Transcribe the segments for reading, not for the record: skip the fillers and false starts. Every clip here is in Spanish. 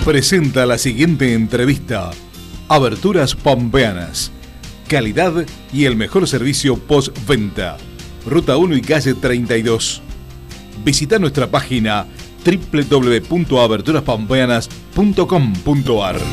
presenta la siguiente entrevista. Aberturas Pampeanas. Calidad y el mejor servicio postventa. Ruta 1 y calle 32. Visita nuestra página www.aberturaspampeanas.com.ar.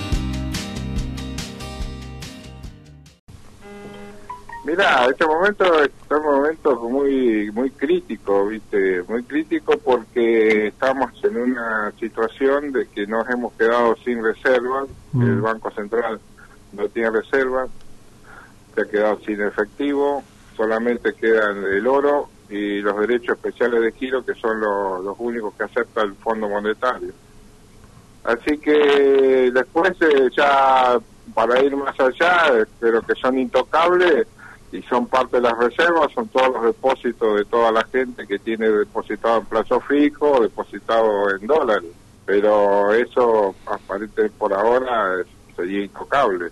Mirá, este momento es un momento muy crítico, ¿viste? Muy crítico porque estamos en una situación de que nos hemos quedado sin reservas. El Banco Central no tiene reservas, se ha quedado sin efectivo, solamente quedan el oro y los derechos especiales de giro, que son los únicos que acepta el Fondo Monetario. Así que después ya, para ir más allá, pero que son intocables y son parte de las reservas, son todos los depósitos de toda la gente que tiene depositado en plazo fijo, depositado en dólares. Pero eso, aparente por ahora, sería intocable.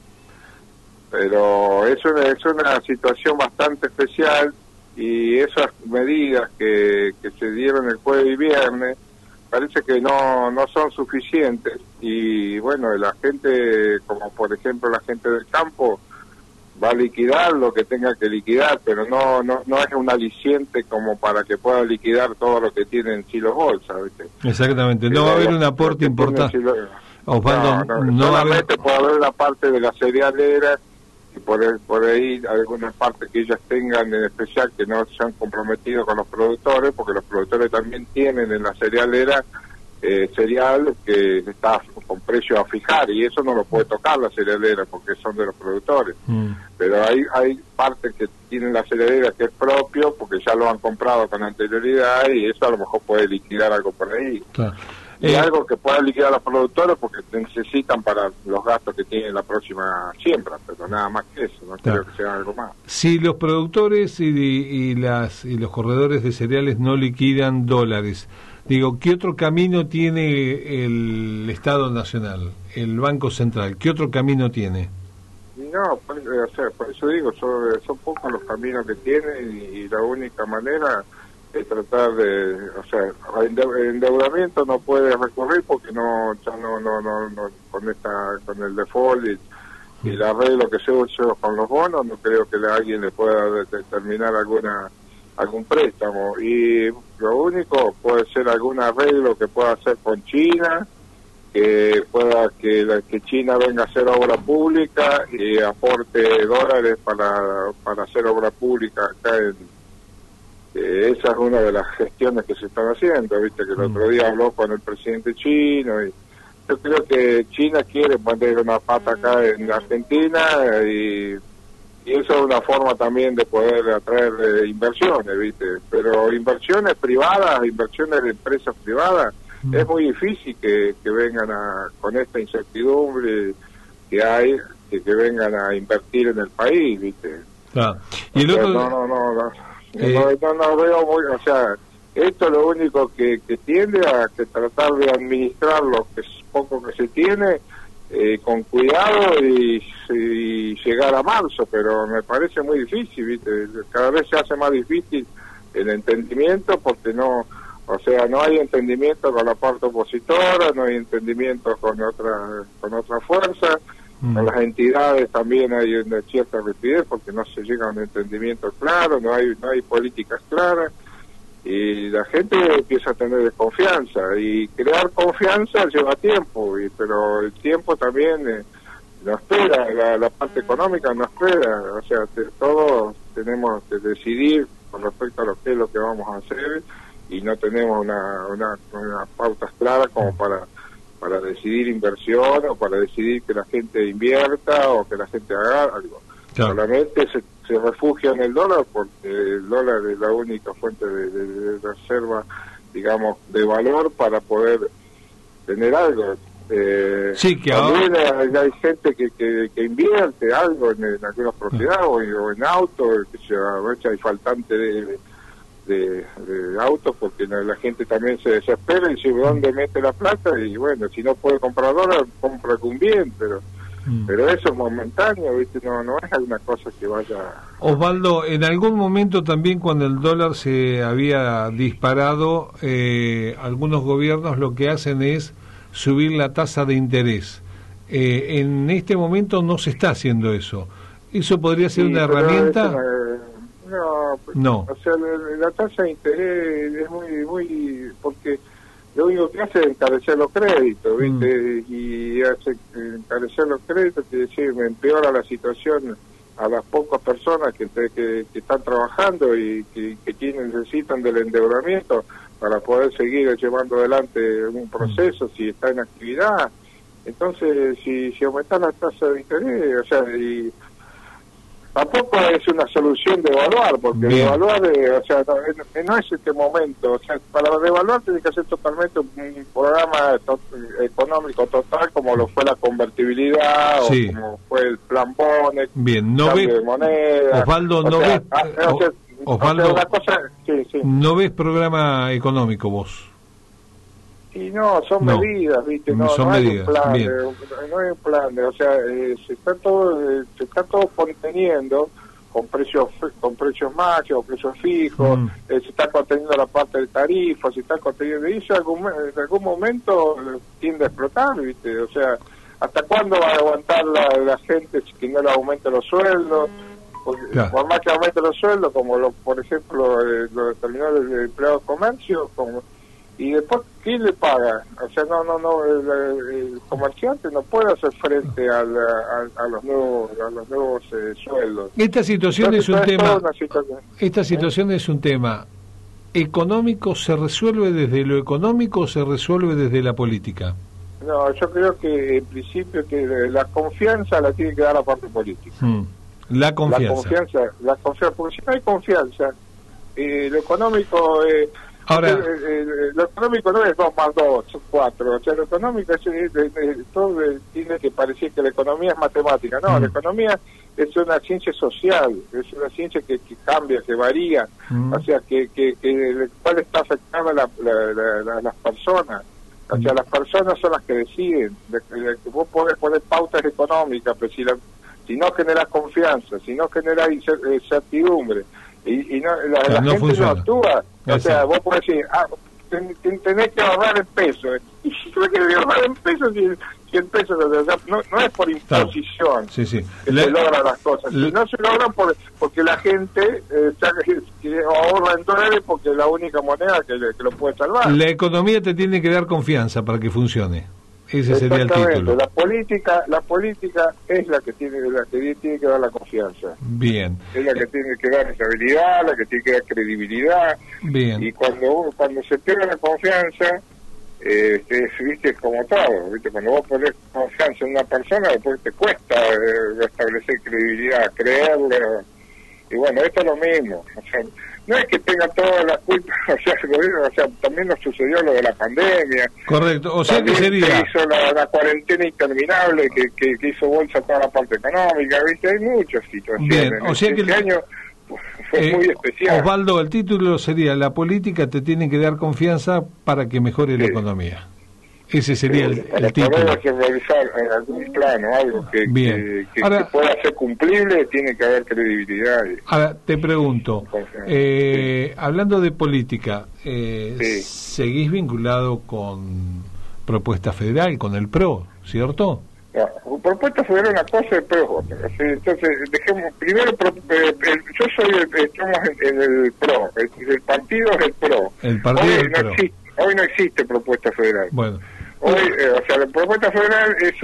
Pero es una situación bastante especial, y esas medidas que se dieron el jueves y viernes parece que no son suficientes. Y bueno, la gente, como por ejemplo la gente del campo, va a liquidar lo que tenga que liquidar, pero no es un aliciente como para que pueda liquidar todo lo que tiene en silos bolsa, ¿viste? Exactamente, no va a haber un aporte importante. Osvaldo, no solamente puede haber una parte de la cerealera, y por ahí algunas partes que ellas tengan en especial que no se han comprometido con los productores, porque los productores también tienen en la cerealera cereal que está con precio a fijar, y eso no lo puede tocar la cerealera porque son de los productores. Pero hay partes que tienen la cerealera que es propio porque ya lo han comprado con anterioridad, y eso a lo mejor puede liquidar algo por ahí. Claro. Y algo que pueda liquidar a los productores porque necesitan para los gastos que tienen la próxima siembra, pero nada más que eso, no creo que sea algo más. Si los productores y los corredores de cereales no liquidan dólares, digo, ¿qué otro camino tiene el Estado Nacional, el Banco Central? ¿Qué otro camino tiene? No, por eso digo, son pocos los caminos que tienen, y la única manera es tratar de, el endeudamiento no puede recurrir porque no con el default y el arreglo que se hizo con los bonos, no creo que alguien le pueda determinar algún préstamo, y lo único puede ser algún arreglo que pueda hacer con China, que China venga a hacer obra pública y aporte dólares para hacer obra pública acá esa es una de las gestiones que se están haciendo, viste, que el otro día habló con el presidente chino, y yo creo que China quiere poner una pata acá en Argentina, y eso es una forma también de poder atraer inversiones, viste, pero inversiones privadas, inversiones de empresas privadas, es muy difícil que vengan con esta incertidumbre que hay, que vengan a invertir en el país, viste. Claro. Y el otro... No veo muy, esto es lo único que tiende a que tratar de administrar lo que es poco que se tiene con cuidado y llegar a marzo, pero me parece muy difícil, ¿viste? Cada vez se hace más difícil el entendimiento porque no hay entendimiento con la parte opositora, no hay entendimiento con otra fuerza. Con las entidades también hay una cierta rigidez porque no se llega a un entendimiento claro, no hay políticas claras, y la gente empieza a tener desconfianza, y crear confianza lleva tiempo, pero el tiempo también no espera, la parte económica no espera, todos tenemos que decidir con respecto a lo que es lo que vamos a hacer, y no tenemos unas pautas claras como para decidir inversión o para decidir que la gente invierta o que la gente haga algo. Claro. Solamente se refugia en el dólar porque el dólar es la única fuente de reserva, digamos, de valor para poder tener algo. Sí, que también hay gente que invierte algo en algunas propiedades o en autos, que a veces hay faltante de autos porque la gente también se desespera y dice dónde mete la plata, y bueno, si no puede comprar dólar, compra con bien, pero eso es momentáneo, ¿viste? No es alguna cosa que vaya... Osvaldo, en algún momento también cuando el dólar se había disparado, algunos gobiernos lo que hacen es subir la tasa de interés. En este momento no se está haciendo eso. ¿Eso podría ser una herramienta? No. O sea, la tasa de interés es muy porque lo único que hace es encarecer los créditos, ¿viste? Y hace encarecer los créditos, quiere decir, me empeora la situación a las pocas personas que están trabajando y que necesitan del endeudamiento para poder seguir llevando adelante un proceso si está en actividad. Entonces, si aumentan la tasa de interés, o sea, y tampoco es una solución de devaluar, porque devaluar, o sea, no es este momento. O sea, para devaluar tiene que hacer totalmente un programa económico total, como lo fue la convertibilidad, o como fue el plan Bonet, cambio de moneda. Osvaldo, Osvaldo, una cosa, ¿no ves programa económico vos? Y no, son medidas, ¿viste? No hay un plan, no hay un plan, o sea, se está todo conteniendo con precios máximos, precios fijos, se está conteniendo la parte de tarifas, se está conteniendo, y eso en algún momento tiende a explotar, ¿viste? O sea, ¿hasta cuándo va a aguantar la gente que no le aumente los sueldos? Porque, por más que aumente los sueldos, como por ejemplo lo determinó el empleado de comercio, y después, ¿quién le paga? O sea, el comerciante no puede hacer frente a los nuevos sueldos. Esta situación es un tema. Esta situación es un tema económico. ¿Se resuelve desde lo económico o se resuelve desde la política? No, yo creo que en principio que la confianza la tiene que dar la parte política. La confianza, porque si no hay confianza, lo económico. Ahora, lo económico no es 2 más 2, son 4. O sea, lo económico todo tiene que parecer que la economía es matemática. No, la economía es una ciencia social, es una ciencia que cambia, que varía. O sea, cuál está afectando a las personas. O sea, las personas son las que deciden. Vos podés poner pautas económicas, pero si no generas confianza, si no generas incertidumbre, y la gente funciona. No actúa. O sea, vos podés decir, tenés que ahorrar en pesos. Y si tenés que ahorrar en pesos, si el peso no es por imposición que se logran las cosas. No se logran porque la gente ahorra en dólares porque es la única moneda que lo puede salvar. La economía te tiene que dar confianza para que funcione. Ese sería el título. La política es la que tiene que dar la confianza. Bien. Es la que tiene que dar estabilidad, la que tiene que dar credibilidad. Bien. Y cuando se pierde la confianza, viste, como todo, viste, cuando vos ponés confianza en una persona, después te cuesta restablecer credibilidad, creerle. Y bueno, esto es lo mismo. O sea, no es que tenga toda la culpa, o sea, también nos sucedió lo de la pandemia. Correcto, o sea también que sería... se hizo la cuarentena interminable que hizo bolsa toda la parte económica, ¿viste? Hay muchas situaciones. Bien, o sea que este año fue muy especial. Osvaldo, el título sería: la política te tiene que dar confianza para que mejore la economía. Ese sería el título. Para poder realizar en algún plano algo que pueda ser cumplible, tiene que haber credibilidad. Ahora, te pregunto, hablando de política, ¿seguís vinculado con Propuesta Federal, con el PRO, cierto? No, Propuesta Federal una cosa, el PRO es otra. Entonces, dejemos, primero, yo estamos en el PRO, el partido es el PRO. El partido es el PRO. Hoy no existe Propuesta Federal. Bueno. Hoy, o sea, la Propuesta Federal es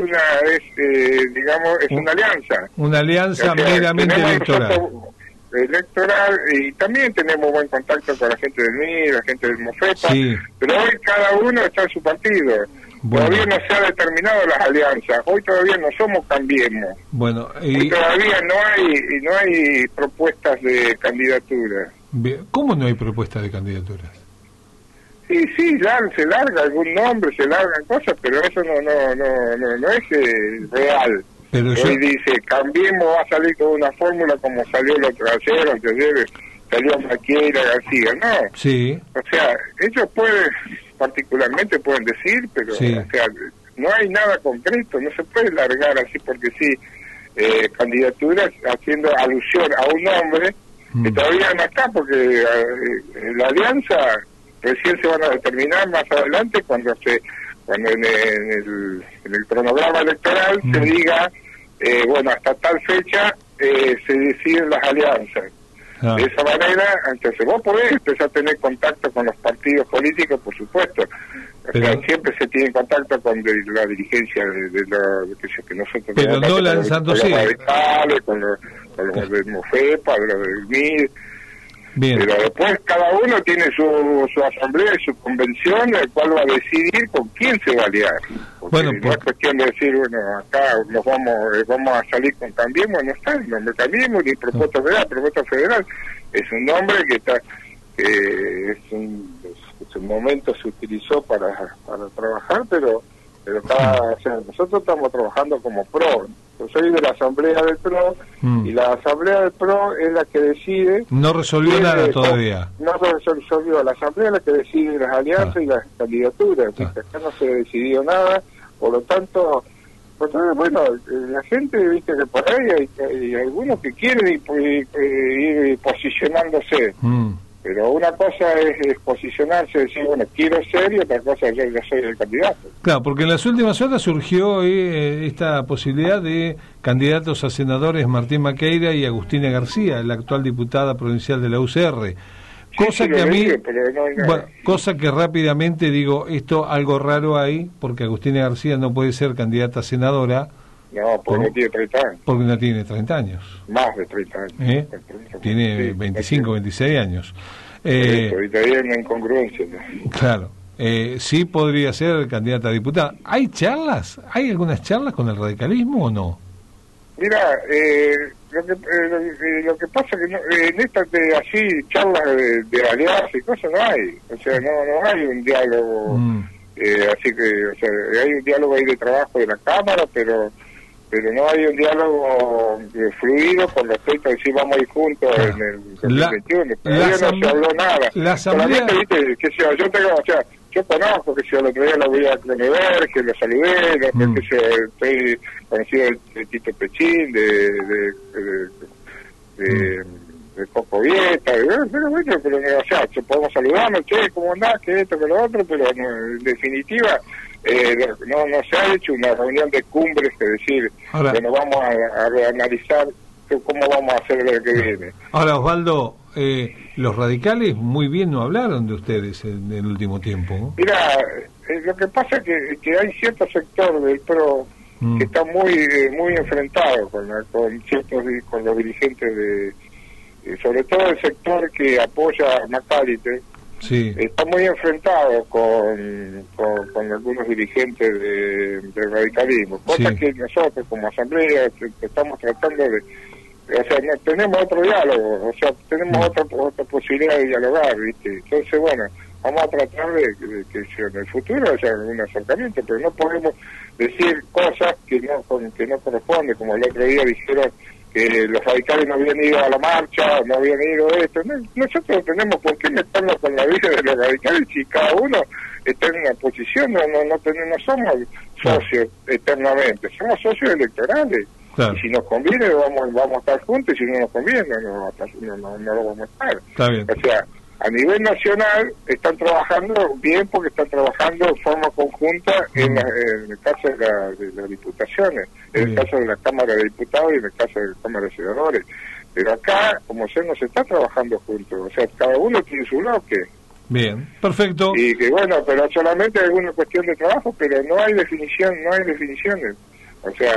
una alianza. Una alianza meramente electoral, y también tenemos buen contacto con la gente del MIR, la gente del MOFEPA, pero hoy cada uno está en su partido. Bueno. Todavía no se han determinado las alianzas, hoy todavía no somos Cambiemos. Bueno, hoy todavía no hay propuestas de candidatura. ¿Cómo no hay propuestas de candidaturas? Sí, se larga algún nombre, se largan cosas, pero eso no es real. Pero hoy dice, Cambiemos, va a salir con una fórmula como salió el otro ayer, salió Maquiera, García, ¿no? Sí. O sea, ellos particularmente pueden decir, pero o sea, no hay nada concreto, no se puede largar así porque candidaturas haciendo alusión a un nombre que todavía no está, porque la alianza recién se van a determinar más adelante cuando cuando en el cronograma electoral se diga, bueno, hasta tal fecha se deciden las alianzas. De esa manera, entonces vos podés empezar a tener contacto con los partidos políticos, por supuesto. O sea, siempre se tiene contacto con la dirigencia de que nosotros pero no lanzándose con los radicales, con los del MOFEPA, de los del MIR. Bien. Pero después cada uno tiene su asamblea y su convención, el cual va a decidir con quién se va a aliar. Bueno, no es cuestión de decir, bueno, acá nos vamos a salir con Cambiemos, no está el nombre Cambiemos ni propuesta federal es un nombre que en su momento se utilizó para trabajar, pero o sea, nosotros estamos trabajando como PRO. Yo soy de la asamblea del PRO y la asamblea del PRO es la que decide. No resolvió nada todavía. No resolvió, la asamblea es la que decide las alianzas y las candidaturas. Acá no se decidió nada, por lo tanto, bueno, la gente, viste que por ahí hay algunos que quieren ir posicionándose. Pero una cosa es posicionarse, decir, bueno, quiero ser, y otra cosa yo ya soy el candidato. Claro, porque en las últimas horas surgió esta posibilidad de candidatos a senadores Martín Maqueira y Agustina García, la actual diputada provincial de la UCR. Cosa que a mí, bueno, cosa que rápidamente digo, esto algo raro hay, porque Agustina García no puede ser candidata a senadora. No, porque no tiene 30 años. Porque no tiene 30 años. Más de 30 años. Tiene 25, 26 años. Ahorita hay una incongruencia. Claro. Sí podría ser candidata a diputada. ¿Hay charlas? ¿Hay algunas charlas con el radicalismo o no? Mira, lo que pasa es que en estas así charlas de alianza y cosas no hay. O sea, no hay un diálogo. Así que, o sea, hay un diálogo ahí de trabajo de la Cámara, pero no hay un diálogo fluido con respecto a decir vamos a ir juntos en el 2021. Todavía no se habló nada. La asamblea... ¿viste? Que sea, yo conozco que si el otro día lo vi a Cronenberg, que lo saludé, que estoy conocido de Tito Pechín, de Coco Vieta, pero bueno, o sea, podemos saludarnos, che, ¿cómo andás? Que esto, que lo otro, pero no, en definitiva no se ha hecho una reunión de cumbres, que decir, bueno, vamos a analizar cómo vamos a hacer el que viene. Ahora, Osvaldo, los radicales muy bien no hablaron de ustedes en el último tiempo, ¿no? Mira, lo que pasa es que hay cierto sector del PRO que está muy enfrentado con los dirigentes sobre todo el sector que apoya a Macaliter. Sí. Está muy enfrentado con algunos dirigentes del radicalismo, cosa que nosotros como asamblea estamos tratando de, o sea, no tenemos otro diálogo, o sea, tenemos otra posibilidad de dialogar, ¿viste? Entonces, bueno, vamos a tratar de que en el futuro haya algún acercamiento, pero no podemos decir cosas que no corresponden, como el otro día dijeron que los radicales no habían ido a la marcha, no habían ido a esto. Nosotros tenemos por qué meternos con la vida de los radicales si cada uno está en una posición, no somos socios eternamente, somos socios electorales. Claro. Y si nos conviene vamos a estar juntos, y si no nos conviene no lo vamos a estar. Está bien. O sea, a nivel nacional están trabajando bien, porque están trabajando de forma conjunta en el caso de las diputaciones, en el caso de la Cámara de Diputados y en el caso de la Cámara de Senadores. Pero acá, como no se está trabajando juntos, o sea, cada uno tiene su bloque. Bien, perfecto. Y que bueno, pero solamente hay una cuestión de trabajo, pero no hay definiciones. O sea,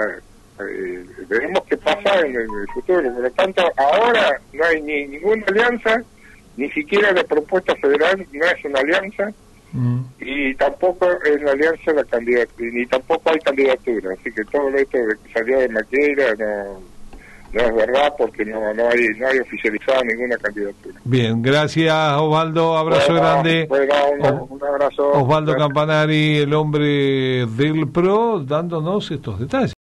veremos qué pasa en el futuro. Por lo tanto, ahora no hay ninguna alianza, ni siquiera la propuesta federal no es una alianza, y tampoco es la alianza la candidatura, ni tampoco hay candidatura. Así que todo esto de que salió de Maqueira no es verdad, porque no hay oficializado ninguna candidatura. Bien, gracias Osvaldo, abrazo grande. Un abrazo. Osvaldo Campanari, el hombre del PRO, dándonos estos detalles.